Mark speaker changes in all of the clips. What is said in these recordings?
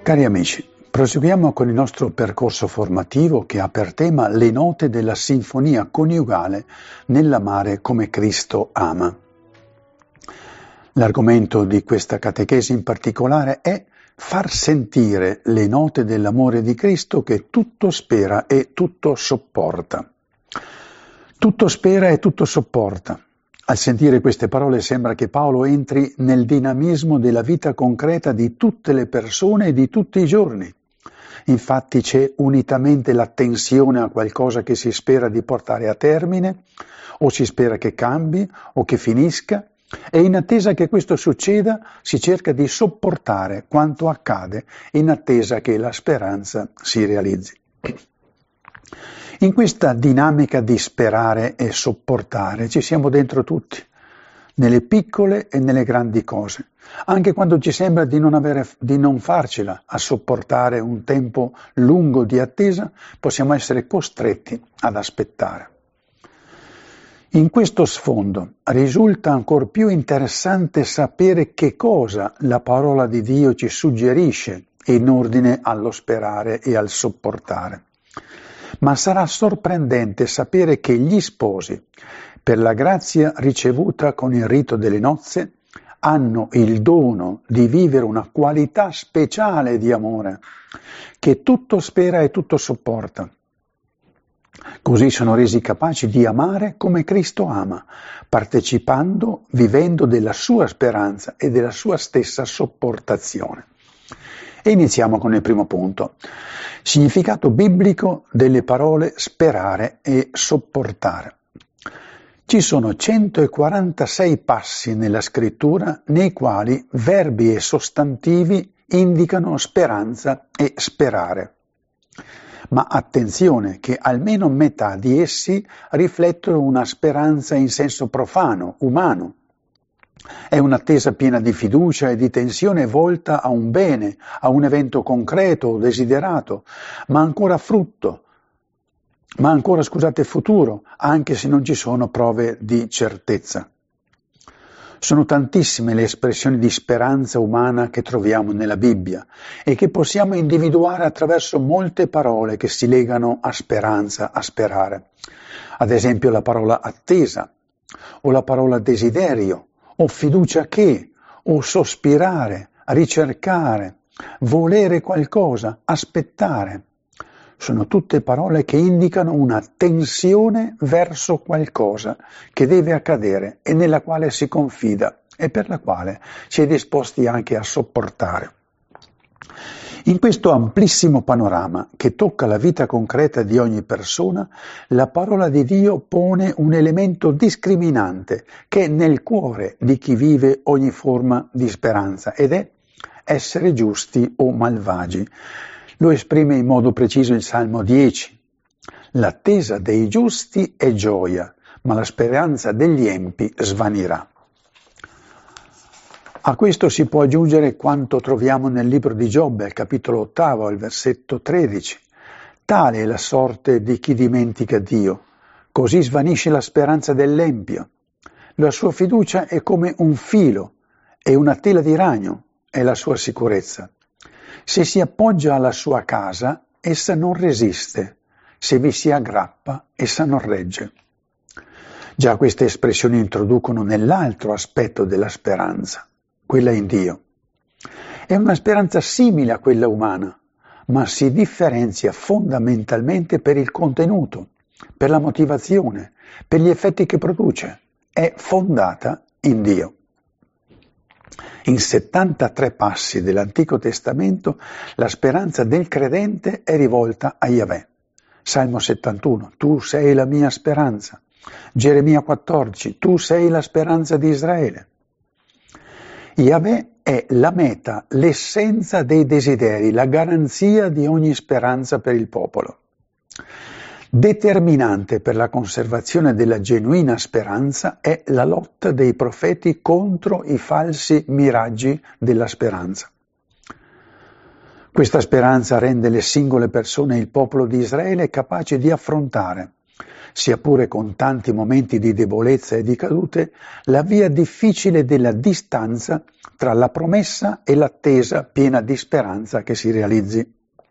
Speaker 1: Cari amici, proseguiamo con il nostro percorso formativo che ha per tema le note della sinfonia coniugale nell'amare come Cristo ama. L'argomento di questa catechesi in particolare è far sentire le note dell'amore di Cristo che tutto spera e tutto sopporta. Tutto spera e tutto sopporta. Al sentire queste parole sembra che Paolo entri nel dinamismo della vita concreta di tutte le persone e di tutti i giorni. Infatti c'è unitamente l'attenzione a qualcosa che si spera di portare a termine, o si spera che cambi o che finisca, e in attesa che questo succeda si cerca di sopportare quanto accade in attesa che la speranza si realizzi. In questa dinamica di sperare e sopportare ci siamo dentro tutti, nelle piccole e nelle grandi cose, anche quando ci sembra di non farcela a sopportare un tempo lungo di attesa, possiamo essere costretti ad aspettare. In questo sfondo risulta ancor più interessante sapere che cosa la parola di Dio ci suggerisce in ordine allo sperare e al sopportare. Ma sarà sorprendente sapere che gli sposi, per la grazia ricevuta con il rito delle nozze, hanno il dono di vivere una qualità speciale di amore, che tutto spera e tutto sopporta. Così sono resi capaci di amare come Cristo ama, partecipando, vivendo della sua speranza e della sua stessa sopportazione. E iniziamo con il primo punto. Significato biblico delle parole sperare e sopportare. Ci sono 146 passi nella scrittura nei quali verbi e sostantivi indicano speranza e sperare. Ma attenzione che almeno metà di essi riflettono una speranza in senso profano, umano. È un'attesa piena di fiducia e di tensione volta a un bene, a un evento concreto o desiderato, ma ancora futuro, anche se non ci sono prove di certezza. Sono tantissime le espressioni di speranza umana che troviamo nella Bibbia e che possiamo individuare attraverso molte parole che si legano a speranza, a sperare. Ad esempio la parola attesa, o la parola desiderio, o fiducia che, o sospirare, ricercare, volere qualcosa, aspettare. Sono tutte parole che indicano una tensione verso qualcosa che deve accadere e nella quale si confida e per la quale si è disposti anche a sopportare. In questo amplissimo panorama che tocca la vita concreta di ogni persona, la parola di Dio pone un elemento discriminante che è nel cuore di chi vive ogni forma di speranza ed è essere giusti o malvagi. Lo esprime in modo preciso il Salmo 10. L'attesa dei giusti è gioia, ma la speranza degli empi svanirà. A questo si può aggiungere quanto troviamo nel libro di Giobbe, al capitolo 8, al versetto 13. Tale è la sorte di chi dimentica Dio, così svanisce la speranza dell'empio. La sua fiducia è come un filo e una tela di ragno è la sua sicurezza. Se si appoggia alla sua casa, essa non resiste, se vi si aggrappa, essa non regge. Già queste espressioni introducono nell'altro aspetto della speranza, quella in Dio. È una speranza simile a quella umana, ma si differenzia fondamentalmente per il contenuto, per la motivazione, per gli effetti che produce. È fondata in Dio. In 73 passi dell'Antico Testamento la speranza del credente è rivolta a Yahweh. Salmo 71, tu sei la mia speranza. Geremia 14, tu sei la speranza di Israele. Yahweh è la meta, l'essenza dei desideri, la garanzia di ogni speranza per il popolo. Determinante per la conservazione della genuina speranza è la lotta dei profeti contro i falsi miraggi della speranza. Questa speranza rende le singole persone e il popolo di Israele capaci di affrontare sia pure con tanti momenti di debolezza e di cadute, la via difficile della distanza tra la promessa e l'attesa piena di speranza che si realizzi.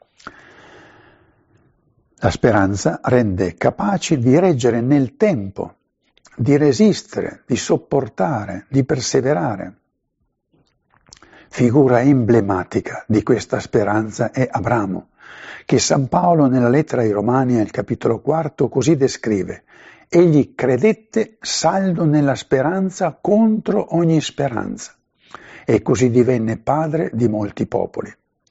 Speaker 1: La speranza rende capaci di reggere nel tempo, di resistere, di sopportare, di perseverare. Figura emblematica di questa speranza è Abramo, che San Paolo nella lettera ai Romani al capitolo 4 così descrive: egli credette saldo nella speranza contro ogni speranza, e così divenne padre di molti popoli.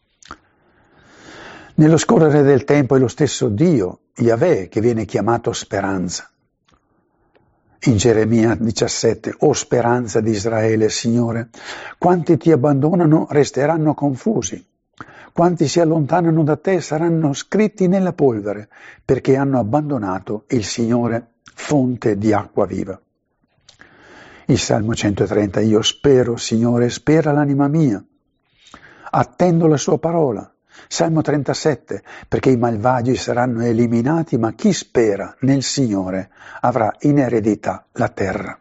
Speaker 1: Nello scorrere del tempo è lo stesso Dio, Yahweh, che viene chiamato speranza. In Geremia 17, o speranza di Israele, Signore, quanti ti abbandonano resteranno confusi, quanti si allontanano da te saranno scritti nella polvere, perché hanno abbandonato il Signore, fonte di acqua viva. Il Salmo 130, io spero, Signore, spera l'anima mia, attendo la sua parola. Salmo 37, perché i malvagi saranno eliminati, ma chi spera nel Signore avrà in eredità la terra.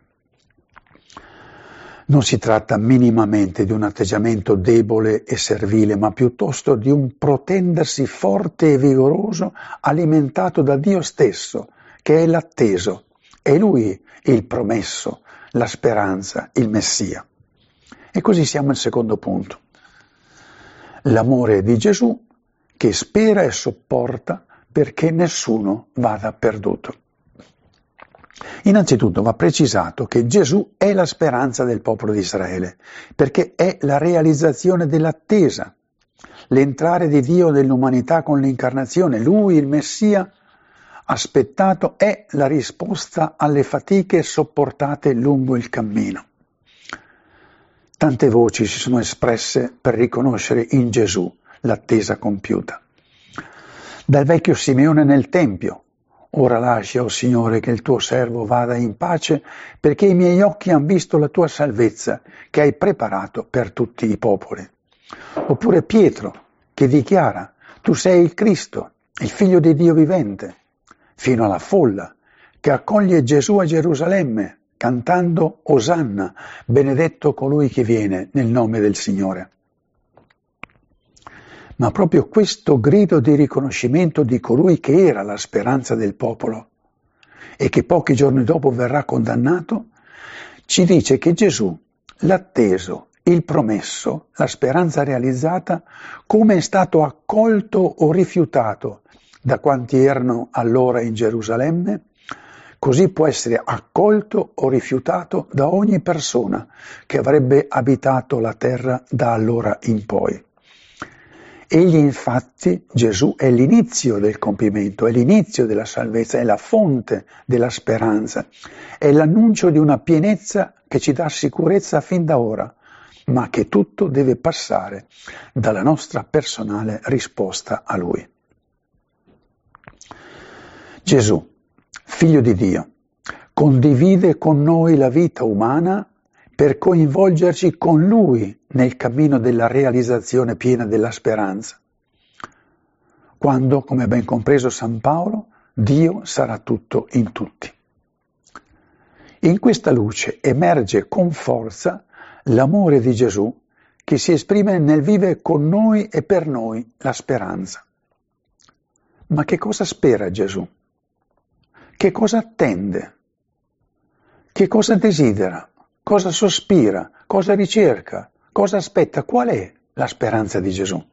Speaker 1: Non si tratta minimamente di un atteggiamento debole e servile, ma piuttosto di un protendersi forte e vigoroso, alimentato da Dio stesso, che è l'atteso, è Lui il promesso, la speranza, il Messia. E così siamo al secondo punto. L'amore di Gesù che spera e sopporta perché nessuno vada perduto. Innanzitutto va precisato che Gesù è la speranza del popolo di Israele, perché è la realizzazione dell'attesa, l'entrare di Dio nell'umanità con l'incarnazione. Lui, il Messia aspettato, è la risposta alle fatiche sopportate lungo il cammino. Tante voci si sono espresse per riconoscere in Gesù l'attesa compiuta. Dal vecchio Simeone nel Tempio: ora lascia, o Signore, che il tuo servo vada in pace, perché i miei occhi han visto la tua salvezza, che hai preparato per tutti i popoli. Oppure Pietro, che dichiara: tu sei il Cristo, il Figlio di Dio vivente, fino alla folla, che accoglie Gesù a Gerusalemme, cantando Osanna, benedetto colui che viene nel nome del Signore. Ma proprio questo grido di riconoscimento di colui che era la speranza del popolo e che pochi giorni dopo verrà condannato, ci dice che Gesù, l'atteso, il promesso, la speranza realizzata, come è stato accolto o rifiutato da quanti erano allora in Gerusalemme, così può essere accolto o rifiutato da ogni persona che avrebbe abitato la terra da allora in poi. Egli infatti, Gesù, è l'inizio del compimento, è l'inizio della salvezza, è la fonte della speranza, è l'annuncio di una pienezza che ci dà sicurezza fin da ora, ma che tutto deve passare dalla nostra personale risposta a Lui. Gesù, Figlio di Dio, condivide con noi la vita umana per coinvolgerci con Lui nel cammino della realizzazione piena della speranza. Quando, come ha ben compreso San Paolo, Dio sarà tutto in tutti. In questa luce emerge con forza l'amore di Gesù che si esprime nel vivere con noi e per noi la speranza. Ma che cosa spera Gesù? Che cosa attende? Che cosa desidera? Cosa sospira? Cosa ricerca? Cosa aspetta? Qual è la speranza di Gesù?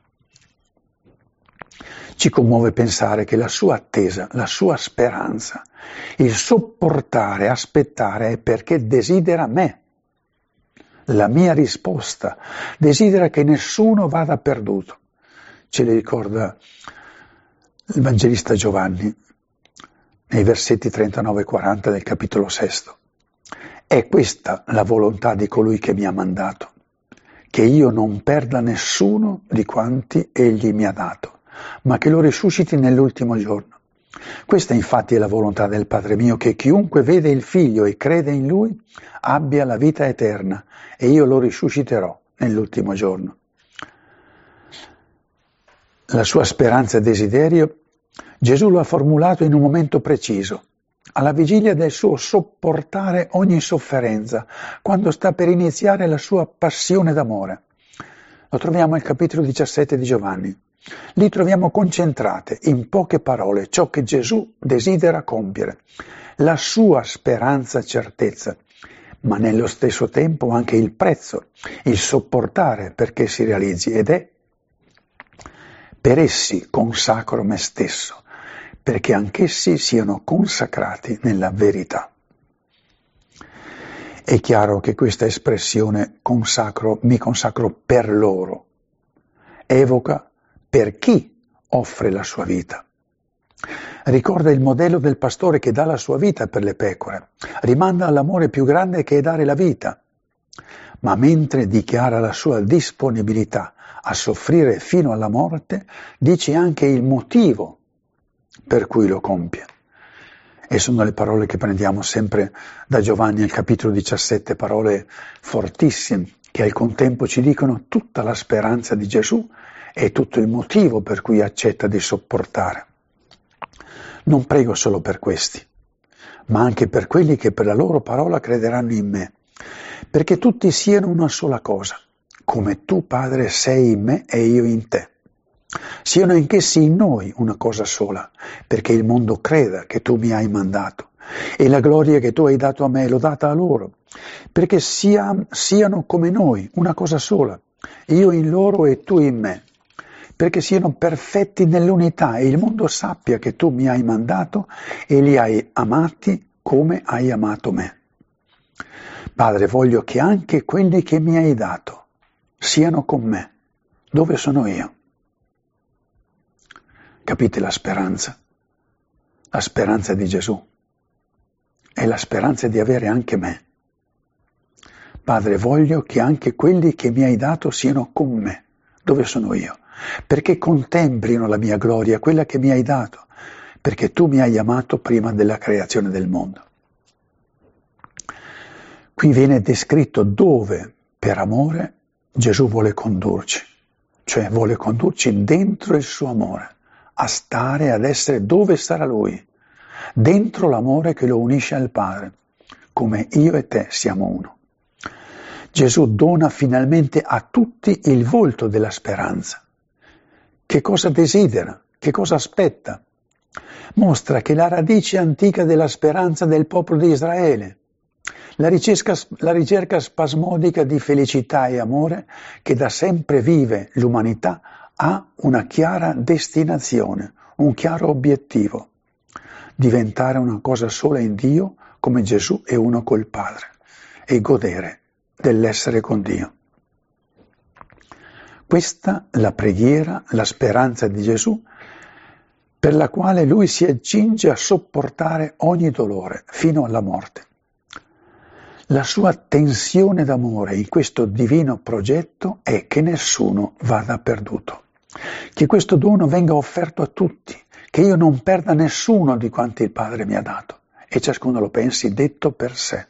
Speaker 1: Ci commuove pensare che la sua attesa, la sua speranza, il sopportare, aspettare è perché desidera me, la mia risposta, desidera che nessuno vada perduto. Ce le ricorda il Evangelista Giovanni nei versetti 39 e 40 del capitolo 6. È questa la volontà di colui che mi ha mandato, che io non perda nessuno di quanti egli mi ha dato, ma che lo risusciti nell'ultimo giorno. Questa infatti è la volontà del Padre mio, che chiunque vede il Figlio e crede in Lui abbia la vita eterna, e io lo risusciterò nell'ultimo giorno. La sua speranza e desiderio Gesù lo ha formulato in un momento preciso, alla vigilia del suo sopportare ogni sofferenza, quando sta per iniziare la sua passione d'amore. Lo troviamo al capitolo 17 di Giovanni. Lì troviamo concentrate in poche parole ciò che Gesù desidera compiere, la sua speranza certezza, ma nello stesso tempo anche il prezzo, il sopportare perché si realizzi, ed è: per essi consacro me stesso, perché anch'essi siano consacrati nella verità. È chiaro che questa espressione mi consacro per loro evoca per chi offre la sua vita. Ricorda il modello del pastore che dà la sua vita per le pecore, rimanda all'amore più grande che è dare la vita, ma mentre dichiara la sua disponibilità a soffrire fino alla morte, dice anche il motivo per cui lo compie. E sono le parole che prendiamo sempre da Giovanni al capitolo 17, parole fortissime che al contempo ci dicono tutta la speranza di Gesù e tutto il motivo per cui accetta di sopportare. Non prego solo per questi, ma anche per quelli che per la loro parola crederanno in me, perché tutti siano una sola cosa, come tu, Padre, sei in me e io in te. Siano anch'essi in noi una cosa sola, perché il mondo creda che tu mi hai mandato, e la gloria che tu hai dato a me l'ho data a loro, perché siano come noi una cosa sola, io in loro e tu in me, perché siano perfetti nell'unità e il mondo sappia che tu mi hai mandato e li hai amati come hai amato me. Padre, voglio che anche quelli che mi hai dato siano con me, dove sono io. Capite la speranza? La speranza di Gesù è la speranza di avere anche me. Padre, voglio che anche quelli che mi hai dato siano con me, dove sono io, perché contemplino la mia gloria, quella che mi hai dato, perché tu mi hai amato prima della creazione del mondo. Qui viene descritto dove, per amore, Gesù vuole condurci, cioè vuole condurci dentro il suo amore, a stare, ad essere dove sarà Lui, dentro l'amore che lo unisce al Padre, come io e te siamo uno. Gesù dona finalmente a tutti il volto della speranza. Che cosa desidera? Che cosa aspetta? Mostra che la radice antica della speranza del popolo di Israele, la ricerca spasmodica di felicità e amore che da sempre vive l'umanità, ha una chiara destinazione, un chiaro obiettivo: diventare una cosa sola in Dio come Gesù è uno col Padre e godere dell'essere con Dio. Questa è la preghiera, la speranza di Gesù, per la quale Lui si accinge a sopportare ogni dolore fino alla morte. La sua tensione d'amore in questo divino progetto è che nessuno vada perduto, che questo dono venga offerto a tutti, che io non perda nessuno di quanti il Padre mi ha dato, e ciascuno lo pensi detto per sé.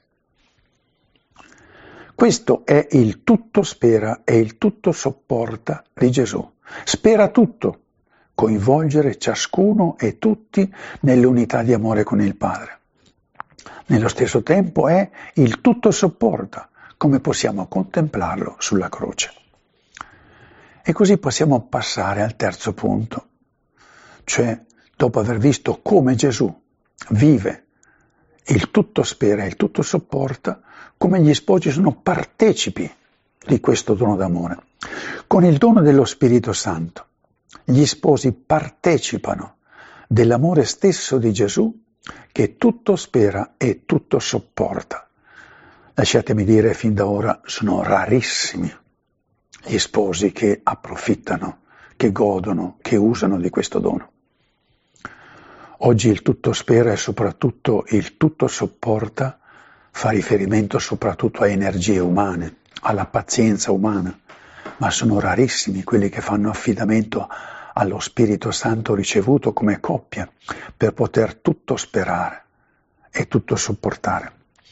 Speaker 1: Questo è il tutto spera e il tutto sopporta di Gesù. Spera tutto, coinvolgere ciascuno e tutti nell'unità di amore con il Padre. Nello stesso tempo è il tutto sopporta, come possiamo contemplarlo sulla croce. E così possiamo passare al terzo punto, cioè dopo aver visto come Gesù vive il tutto spera e il tutto sopporta, come gli sposi sono partecipi di questo dono d'amore. Con il dono dello Spirito Santo, gli sposi partecipano dell'amore stesso di Gesù che tutto spera e tutto sopporta. Lasciatemi dire, fin da ora sono rarissimi gli sposi che approfittano, che godono, che usano di questo dono. Oggi il tutto spera e soprattutto il tutto sopporta fa riferimento soprattutto a energie umane, alla pazienza umana, ma sono rarissimi quelli che fanno affidamento allo Spirito Santo ricevuto come coppia per poter tutto sperare e tutto sopportare.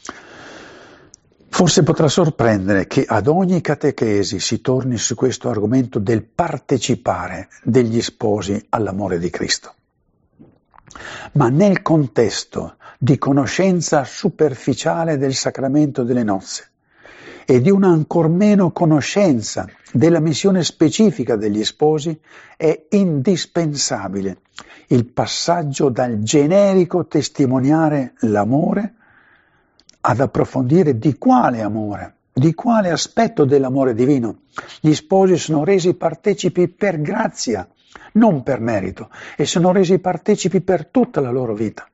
Speaker 1: Forse potrà sorprendere che ad ogni catechesi si torni su questo argomento del partecipare degli sposi all'amore di Cristo. ma nel contesto di conoscenza superficiale del sacramento delle nozze e di una ancor meno conoscenza della missione specifica degli sposi, è indispensabile il passaggio dal generico testimoniare l'amore ad approfondire di quale amore, di quale aspetto dell'amore divino gli sposi sono resi partecipi per grazia, non per merito, e sono resi partecipi per tutta la loro vita.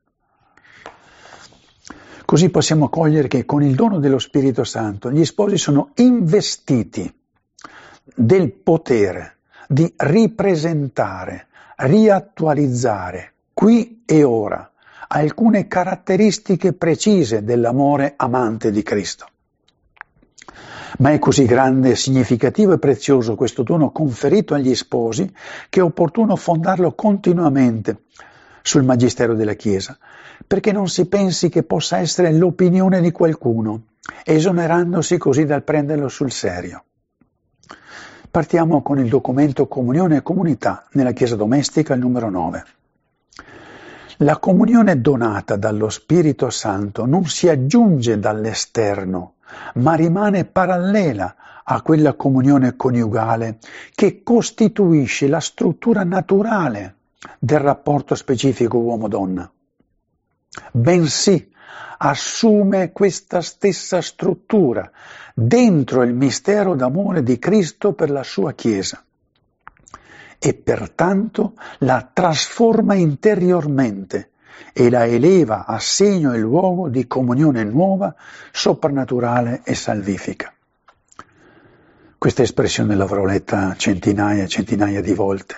Speaker 1: Così possiamo cogliere che con il dono dello Spirito Santo gli sposi sono investiti del potere di ripresentare, riattualizzare qui e ora alcune caratteristiche precise dell'amore amante di Cristo. Ma è così grande, significativo e prezioso questo dono conferito agli sposi che è opportuno fondarlo continuamente sul Magistero della Chiesa, perché non si pensi che possa essere l'opinione di qualcuno, esonerandosi così dal prenderlo sul serio. Partiamo con il documento Comunione e Comunità nella Chiesa domestica, il numero 9. La comunione donata dallo Spirito Santo non si aggiunge dall'esterno, ma rimane parallela a quella comunione coniugale che costituisce la struttura naturale del rapporto specifico uomo-donna. Bensì assume questa stessa struttura dentro il mistero d'amore di Cristo per la sua Chiesa e pertanto la trasforma interiormente e la eleva a segno e luogo di comunione nuova, soprannaturale e salvifica. Questa espressione l'avrò letta centinaia e centinaia di volte.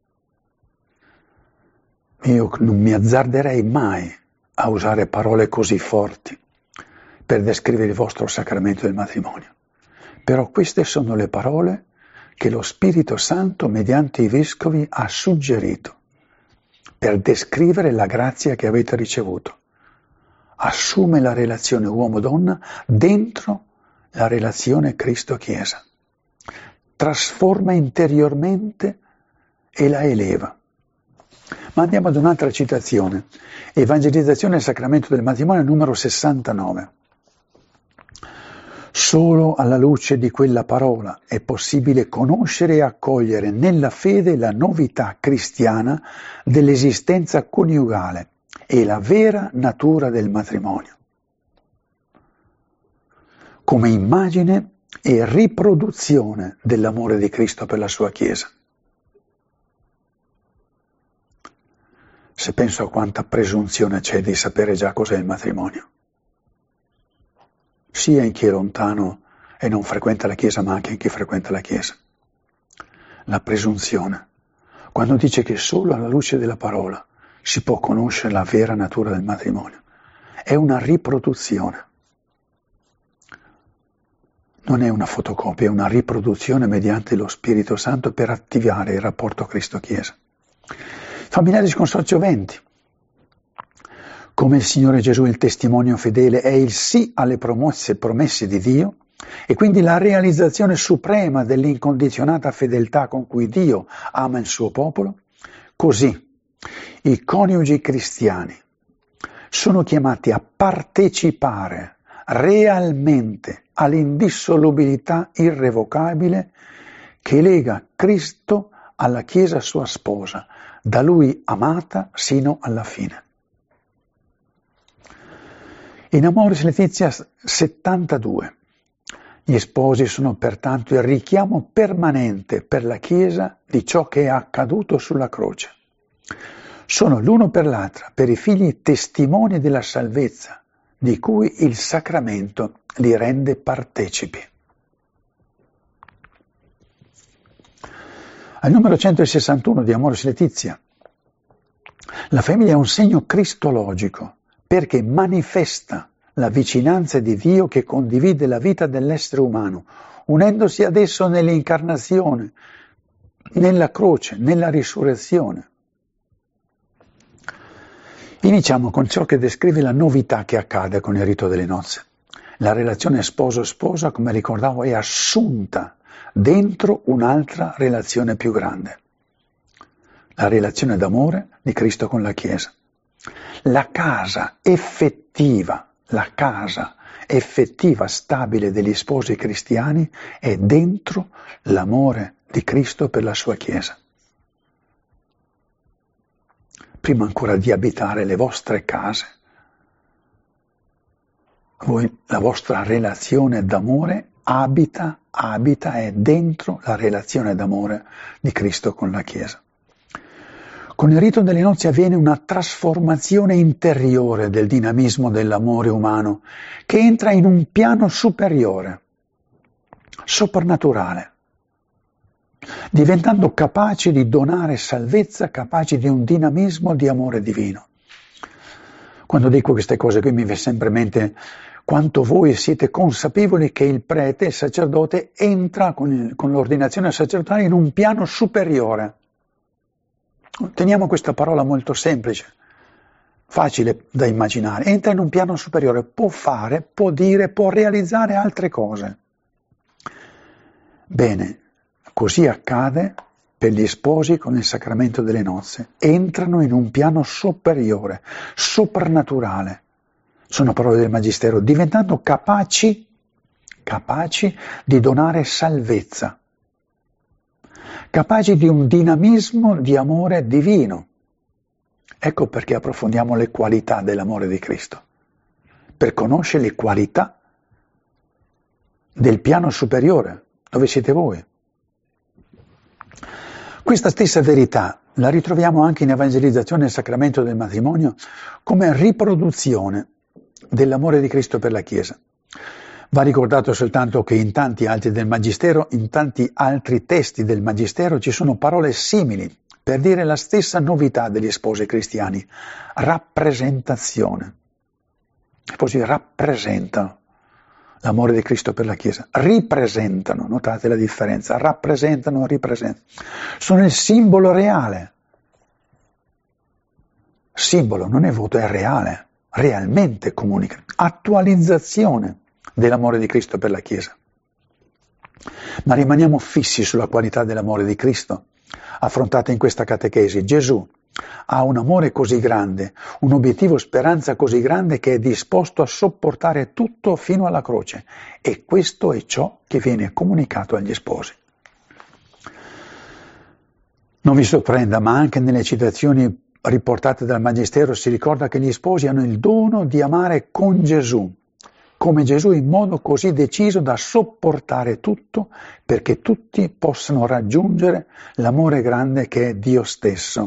Speaker 1: Io non mi azzarderei mai a usare parole così forti per descrivere il vostro sacramento del matrimonio. Però queste sono le parole che lo Spirito Santo, mediante i vescovi, ha suggerito per descrivere la grazia che avete ricevuto. Assume la relazione uomo-donna dentro la relazione Cristo-Chiesa. Trasforma interiormente e la eleva. Ma andiamo ad un'altra citazione. Evangelizzazione e Sacramento del Matrimonio, numero 69. Solo alla luce di quella parola è possibile conoscere e accogliere nella fede la novità cristiana dell'esistenza coniugale e la vera natura del matrimonio. Come immagine e riproduzione dell'amore di Cristo per la sua Chiesa. Se penso a quanta presunzione c'è di sapere già cos'è il matrimonio, sia in chi è lontano e non frequenta la Chiesa, ma anche in chi frequenta la Chiesa. La presunzione, quando dice che solo alla luce della parola si può conoscere la vera natura del matrimonio, è una riproduzione. Non è una fotocopia, è una riproduzione mediante lo Spirito Santo per attivare il rapporto Cristo-Chiesa. Familiaris Consortio 20. Come il Signore Gesù è il testimonio fedele, è il sì alle promesse di Dio e quindi la realizzazione suprema dell'incondizionata fedeltà con cui Dio ama il suo popolo, così i coniugi cristiani sono chiamati a partecipare realmente all'indissolubilità irrevocabile che lega Cristo alla Chiesa sua sposa, da Lui amata sino alla fine. In Amoris Laetitia 72, gli sposi sono pertanto il richiamo permanente per la Chiesa di ciò che è accaduto sulla croce. Sono l'uno per l'altra, per i figli, testimoni della salvezza, di cui il sacramento li rende partecipi. Al numero 161 di Amoris Laetitia, la famiglia è un segno cristologico perché manifesta la vicinanza di Dio che condivide la vita dell'essere umano, unendosi ad esso nell'incarnazione, nella croce, nella risurrezione. Iniziamo con ciò che descrive la novità che accade con il rito delle nozze. La relazione sposo-sposa, come ricordavo, è assunta dentro un'altra relazione più grande, la relazione d'amore di Cristo con la Chiesa. La casa effettiva, stabile degli sposi cristiani è dentro l'amore di Cristo per la sua Chiesa. Prima ancora di abitare le vostre case, voi, la vostra relazione d'amore abita, è dentro la relazione d'amore di Cristo con la Chiesa. Con il rito delle nozze avviene una trasformazione interiore del dinamismo dell'amore umano che entra in un piano superiore, soprannaturale, diventando capaci di donare salvezza, capaci di un dinamismo di amore divino. Quando dico queste cose qui mi viene sempre in mente quanto voi siete consapevoli che il prete, il sacerdote, entra con l'ordinazione sacerdotale in un piano superiore. Teniamo questa parola molto semplice, facile da immaginare. Entra in un piano superiore, può fare, può dire, può realizzare altre cose. Bene, così accade per gli sposi con il sacramento delle nozze. Entrano in un piano superiore, soprannaturale. Sono parole del Magistero, diventando capaci di donare salvezza, capaci di un dinamismo di amore divino. Ecco perché approfondiamo le qualità dell'amore di Cristo, per conoscere le qualità del piano superiore, dove siete voi. Questa stessa verità la ritroviamo anche in evangelizzazione e sacramento del matrimonio come riproduzione dell'amore di Cristo per la Chiesa. Va ricordato soltanto che in tanti altri del Magistero, in tanti altri testi del Magistero ci sono parole simili per dire la stessa novità degli sposi cristiani, rappresentazione. Gli sposi rappresentano l'amore di Cristo per la Chiesa, ripresentano, notate la differenza, rappresentano, ripresentano. Sono il simbolo reale. Simbolo non è voto, è reale, realmente comunica. Attualizzazione dell'amore di Cristo per la Chiesa. Ma rimaniamo fissi sulla qualità dell'amore di Cristo, affrontata in questa catechesi. Gesù ha un amore così grande, un obiettivo speranza così grande che è disposto a sopportare tutto fino alla croce, e questo è ciò che viene comunicato agli sposi. Non vi sorprenda, ma anche nelle citazioni riportate dal Magistero si ricorda che gli sposi hanno il dono di amare con Gesù, come Gesù, in modo così deciso da sopportare tutto perché tutti possano raggiungere l'amore grande che è Dio stesso.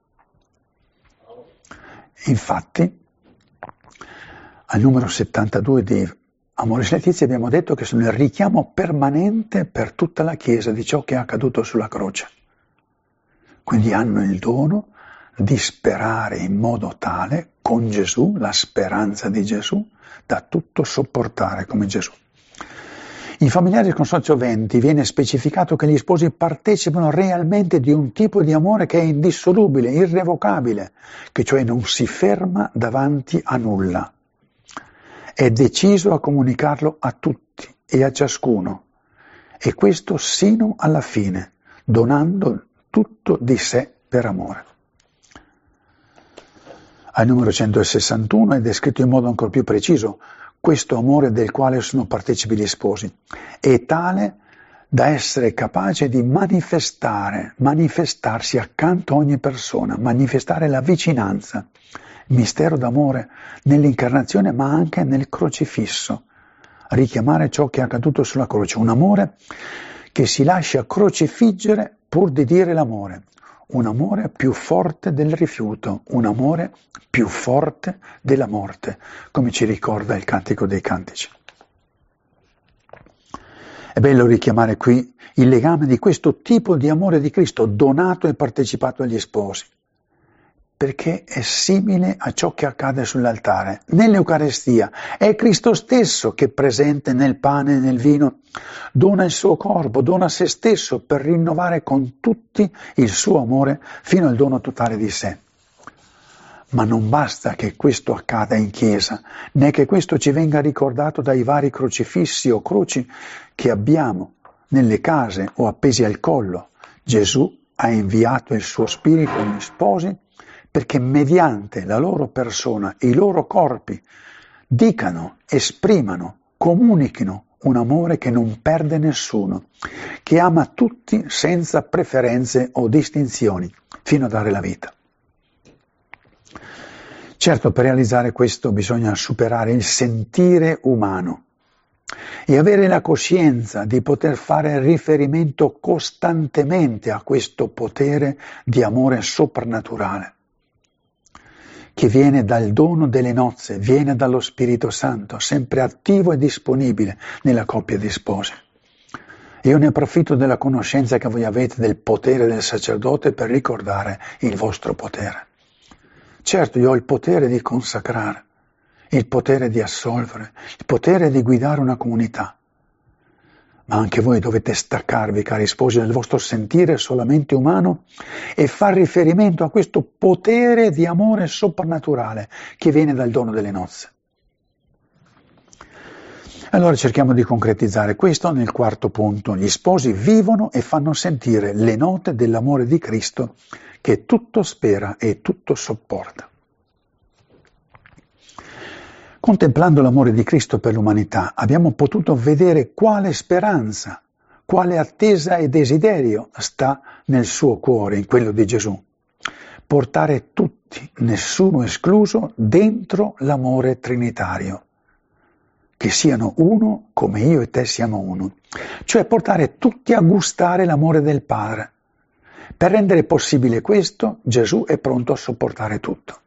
Speaker 1: Infatti, al numero 72 di Amoris Laetitia abbiamo detto che sono il richiamo permanente per tutta la Chiesa di ciò che è accaduto sulla croce. Quindi hanno il dono di sperare in modo tale, con Gesù, la speranza di Gesù, da tutto sopportare come Gesù. In Familiaris Consortio 20 viene specificato che gli sposi partecipano realmente di un tipo di amore che è indissolubile, irrevocabile, che cioè non si ferma davanti a nulla. È deciso a comunicarlo a tutti e a ciascuno, e questo sino alla fine, donando tutto di sé per amore. Al numero 161 è descritto in modo ancora più preciso questo amore del quale sono partecipi gli sposi. È tale da essere capace di manifestarsi accanto a ogni persona, manifestare la vicinanza, il mistero d'amore nell'incarnazione ma anche nel crocifisso, richiamare ciò che è accaduto sulla croce, un amore che si lascia crocifiggere pur di dire l'amore. Un amore più forte del rifiuto, un amore più forte della morte, come ci ricorda il Cantico dei Cantici. È bello richiamare qui il legame di questo tipo di amore di Cristo, donato e partecipato agli sposi, perché è simile a ciò che accade sull'altare. Nell'Eucarestia è Cristo stesso che, presente nel pane e nel vino, dona il suo corpo, dona se stesso per rinnovare con tutti il suo amore fino al dono totale di sé. Ma non basta che questo accada in Chiesa, né che questo ci venga ricordato dai vari crocifissi o croci che abbiamo nelle case o appesi al collo. Gesù ha inviato il suo Spirito agli sposi perché mediante la loro persona, i loro corpi, dicano, esprimano, comunichino un amore che non perde nessuno, che ama tutti senza preferenze o distinzioni, fino a dare la vita. Certo, per realizzare questo bisogna superare il sentire umano e avere la coscienza di poter fare riferimento costantemente a questo potere di amore soprannaturale, che viene dal dono delle nozze, viene dallo Spirito Santo, sempre attivo e disponibile nella coppia di spose. Io ne approfitto della conoscenza che voi avete del potere del sacerdote per ricordare il vostro potere. Certo, io ho il potere di consacrare, il potere di assolvere, il potere di guidare una comunità. Ma anche voi dovete staccarvi, cari sposi, dal vostro sentire solamente umano e far riferimento a questo potere di amore soprannaturale che viene dal dono delle nozze. Allora cerchiamo di concretizzare questo nel quarto punto. Gli sposi vivono e fanno sentire le note dell'amore di Cristo che tutto spera e tutto sopporta. Contemplando l'amore di Cristo per l'umanità, abbiamo potuto vedere quale speranza, quale attesa e desiderio sta nel suo cuore, in quello di Gesù. Portare tutti, nessuno escluso, dentro l'amore trinitario. Che siano uno come io e te siamo uno. Cioè portare tutti a gustare l'amore del Padre. Per rendere possibile questo, Gesù è pronto a sopportare tutto.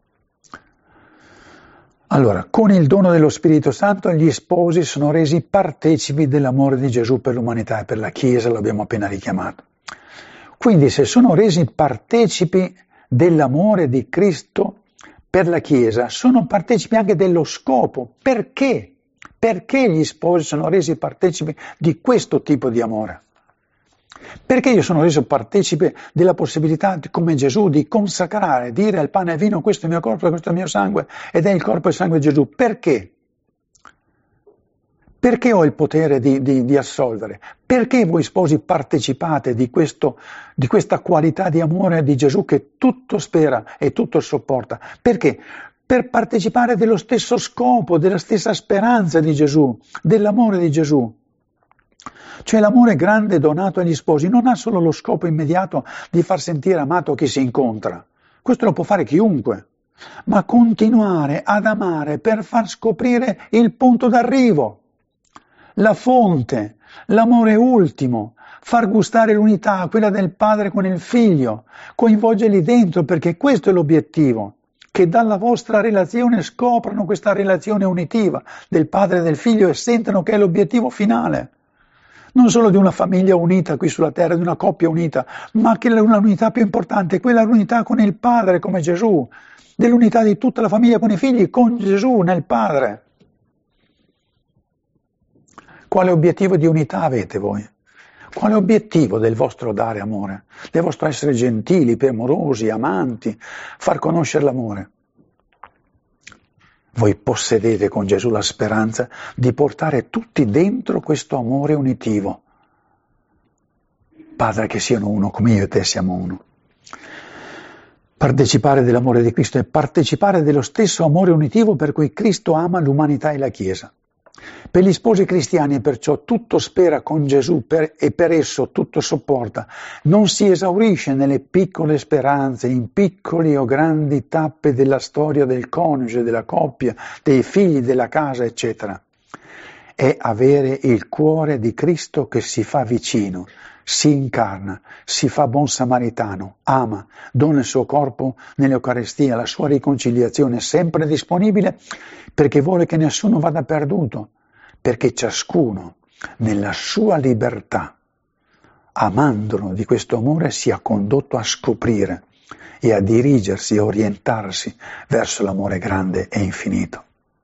Speaker 1: Allora, con il dono dello Spirito Santo gli sposi sono resi partecipi dell'amore di Gesù per l'umanità e per la Chiesa, l'abbiamo appena richiamato. Quindi se sono resi partecipi dell'amore di Cristo per la Chiesa, sono partecipi anche dello scopo. Perché? Perché gli sposi sono resi partecipi di questo tipo di amore? Perché io sono reso partecipe della possibilità, come Gesù, di consacrare, dire al pane e al vino: questo è il mio corpo, questo è il mio sangue, ed è il corpo e il sangue di Gesù. Perché? Perché ho il potere di assolvere? Perché voi sposi partecipate di questa qualità di amore di Gesù che tutto spera e tutto sopporta? Perché? Per partecipare dello stesso scopo, della stessa speranza di Gesù, dell'amore di Gesù. Cioè l'amore grande donato agli sposi non ha solo lo scopo immediato di far sentire amato chi si incontra, questo lo può fare chiunque, ma continuare ad amare per far scoprire il punto d'arrivo, la fonte, l'amore ultimo, far gustare l'unità, quella del padre con il figlio, coinvolgerli dentro, perché questo è l'obiettivo, che dalla vostra relazione scoprano questa relazione unitiva del padre e del figlio e sentano che è l'obiettivo finale. Non solo di una famiglia unita qui sulla terra, di una coppia unita, ma che l'unità più importante, quella l'unità con il Padre come Gesù, dell'unità di tutta la famiglia con i figli, con Gesù nel Padre. Quale obiettivo di unità avete voi? Quale obiettivo del vostro dare amore? Del vostro essere gentili, amorosi, amanti, far conoscere l'amore? Voi possedete con Gesù la speranza di portare tutti dentro questo amore unitivo. Padre, che siano uno come io e te siamo uno. Partecipare dell'amore di Cristo è partecipare dello stesso amore unitivo per cui Cristo ama l'umanità e la Chiesa. Per gli sposi cristiani perciò tutto spera con Gesù e per esso tutto sopporta. Non si esaurisce nelle piccole speranze, in piccoli o grandi tappe della storia del coniuge, della coppia, dei figli, della casa, eccetera. È avere il cuore di Cristo che si fa vicino, si incarna, si fa buon samaritano, ama, dona il suo corpo nell'Eucaristia, la sua riconciliazione sempre disponibile perché vuole che nessuno vada perduto, perché ciascuno nella sua libertà, amandolo di questo amore, sia condotto a scoprire e a dirigersi e orientarsi verso l'amore grande e infinito.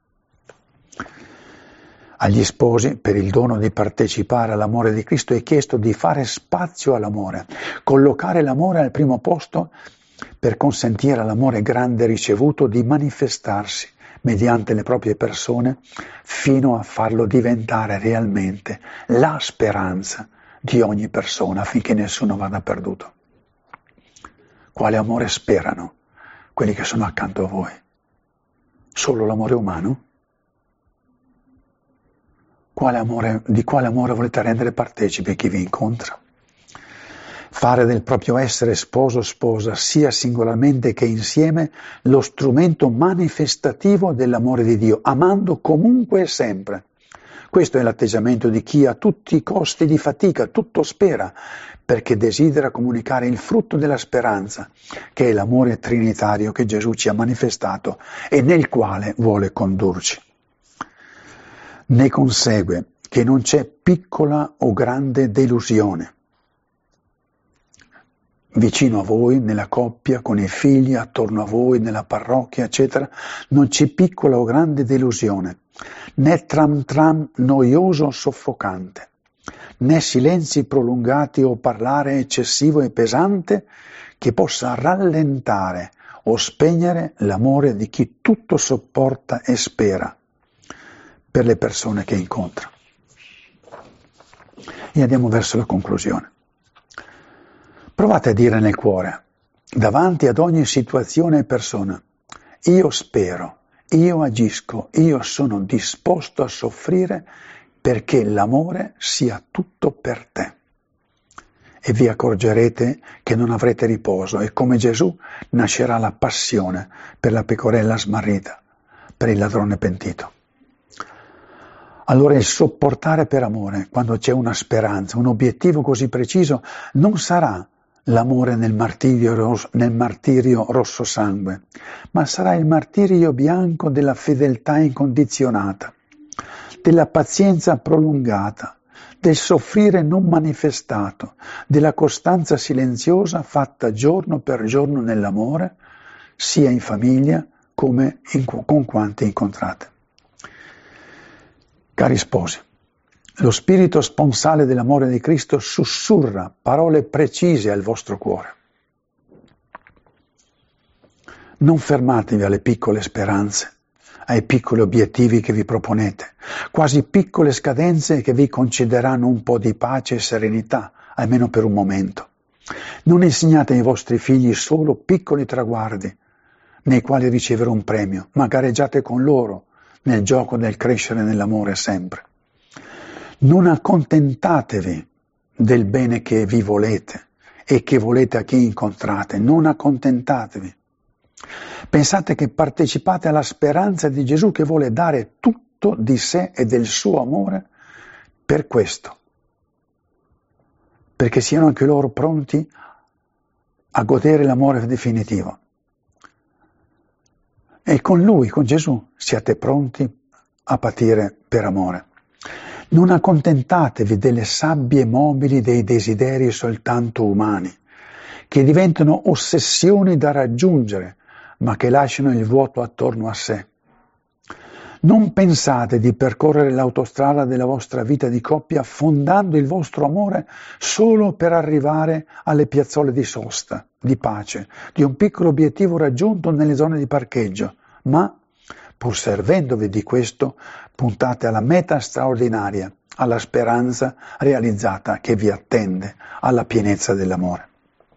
Speaker 1: Agli sposi, per il dono di partecipare all'amore di Cristo, è chiesto di fare spazio all'amore, collocare l'amore al primo posto per consentire all'amore grande ricevuto di manifestarsi mediante le proprie persone fino a farlo diventare realmente la speranza di ogni persona affinché nessuno vada perduto. Quale amore sperano quelli che sono accanto a voi? Solo l'amore umano? Di quale amore volete rendere partecipi chi vi incontra? Fare del proprio essere sposo o sposa, sia singolarmente che insieme, lo strumento manifestativo dell'amore di Dio, amando comunque e sempre. Questo è l'atteggiamento di chi a tutti i costi di fatica, tutto spera, perché desidera comunicare il frutto della speranza, che è l'amore trinitario che Gesù ci ha manifestato e nel quale vuole condurci. Ne consegue che non c'è piccola o grande delusione vicino a voi, nella coppia, con i figli, attorno a voi, nella parrocchia, eccetera, non c'è piccola o grande delusione, né tram tram noioso o soffocante, né silenzi prolungati o parlare eccessivo e pesante che possa rallentare o spegnere l'amore di chi tutto sopporta e spera per le persone che incontra. E andiamo verso la conclusione. Provate a dire nel cuore, davanti ad ogni situazione e persona, io spero, io agisco, io sono disposto a soffrire perché l'amore sia tutto per te. E vi accorgerete che non avrete riposo e come Gesù nascerà la passione per la pecorella smarrita, per il ladrone pentito. Allora il sopportare per amore, quando c'è una speranza, un obiettivo così preciso, non sarà l'amore nel martirio rosso sangue, ma sarà il martirio bianco della fedeltà incondizionata, della pazienza prolungata, del soffrire non manifestato, della costanza silenziosa fatta giorno per giorno nell'amore, sia in famiglia come con quanti incontrate. Cari sposi, lo spirito sponsale dell'amore di Cristo sussurra parole precise al vostro cuore. Non fermatevi alle piccole speranze, ai piccoli obiettivi che vi proponete, quasi piccole scadenze che vi concederanno un po' di pace e serenità, almeno per un momento. Non insegnate ai vostri figli solo piccoli traguardi nei quali ricevere un premio, ma gareggiate con loro nel gioco del crescere nell'amore sempre. Non accontentatevi del bene che vi volete e che volete a chi incontrate, non accontentatevi. Pensate che partecipate alla speranza di Gesù che vuole dare tutto di sé e del suo amore per questo, perché siano anche loro pronti a godere l'amore definitivo. E con Lui, con Gesù, siate pronti a patire per amore. Non accontentatevi delle sabbie mobili dei desideri soltanto umani, che diventano ossessioni da raggiungere, ma che lasciano il vuoto attorno a sé. Non pensate di percorrere l'autostrada della vostra vita di coppia fondando il vostro amore solo per arrivare alle piazzole di sosta, di pace, di un piccolo obiettivo raggiunto nelle zone di parcheggio, ma, pur servendovi di questo, puntate alla meta straordinaria, alla speranza realizzata che vi attende, alla pienezza dell'amore.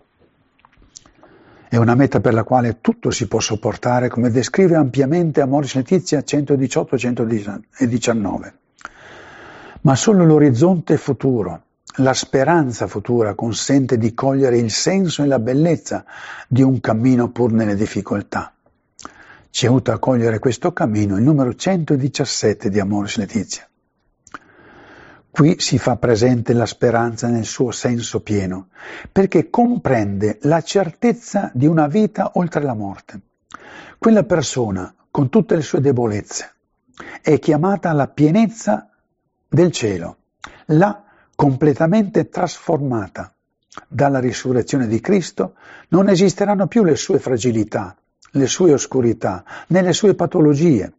Speaker 1: È una meta per la quale tutto si può sopportare, come descrive ampiamente Amoris Laetitia 118-119. Ma solo l'orizzonte futuro, la speranza futura consente di cogliere il senso e la bellezza di un cammino pur nelle difficoltà. Ci aiuta a cogliere questo cammino il numero 117 di Amoris Laetitia. Qui si fa presente la speranza nel suo senso pieno, perché comprende la certezza di una vita oltre la morte. Quella persona, con tutte le sue debolezze, è chiamata alla pienezza del cielo, là completamente trasformata. Dalla risurrezione di Cristo non esisteranno più le sue fragilità, le sue oscurità, né le sue patologie.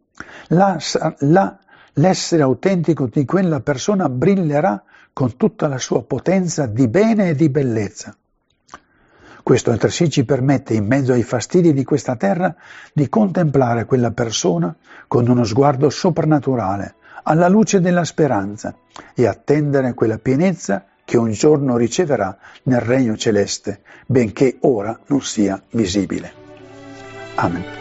Speaker 1: L'essere autentico di quella persona brillerà con tutta la sua potenza di bene e di bellezza. Questo altresì ci permette, in mezzo ai fastidi di questa terra, di contemplare quella persona con uno sguardo soprannaturale, alla luce della speranza, e attendere quella pienezza che un giorno riceverà nel regno celeste, benché ora non sia visibile. Amen.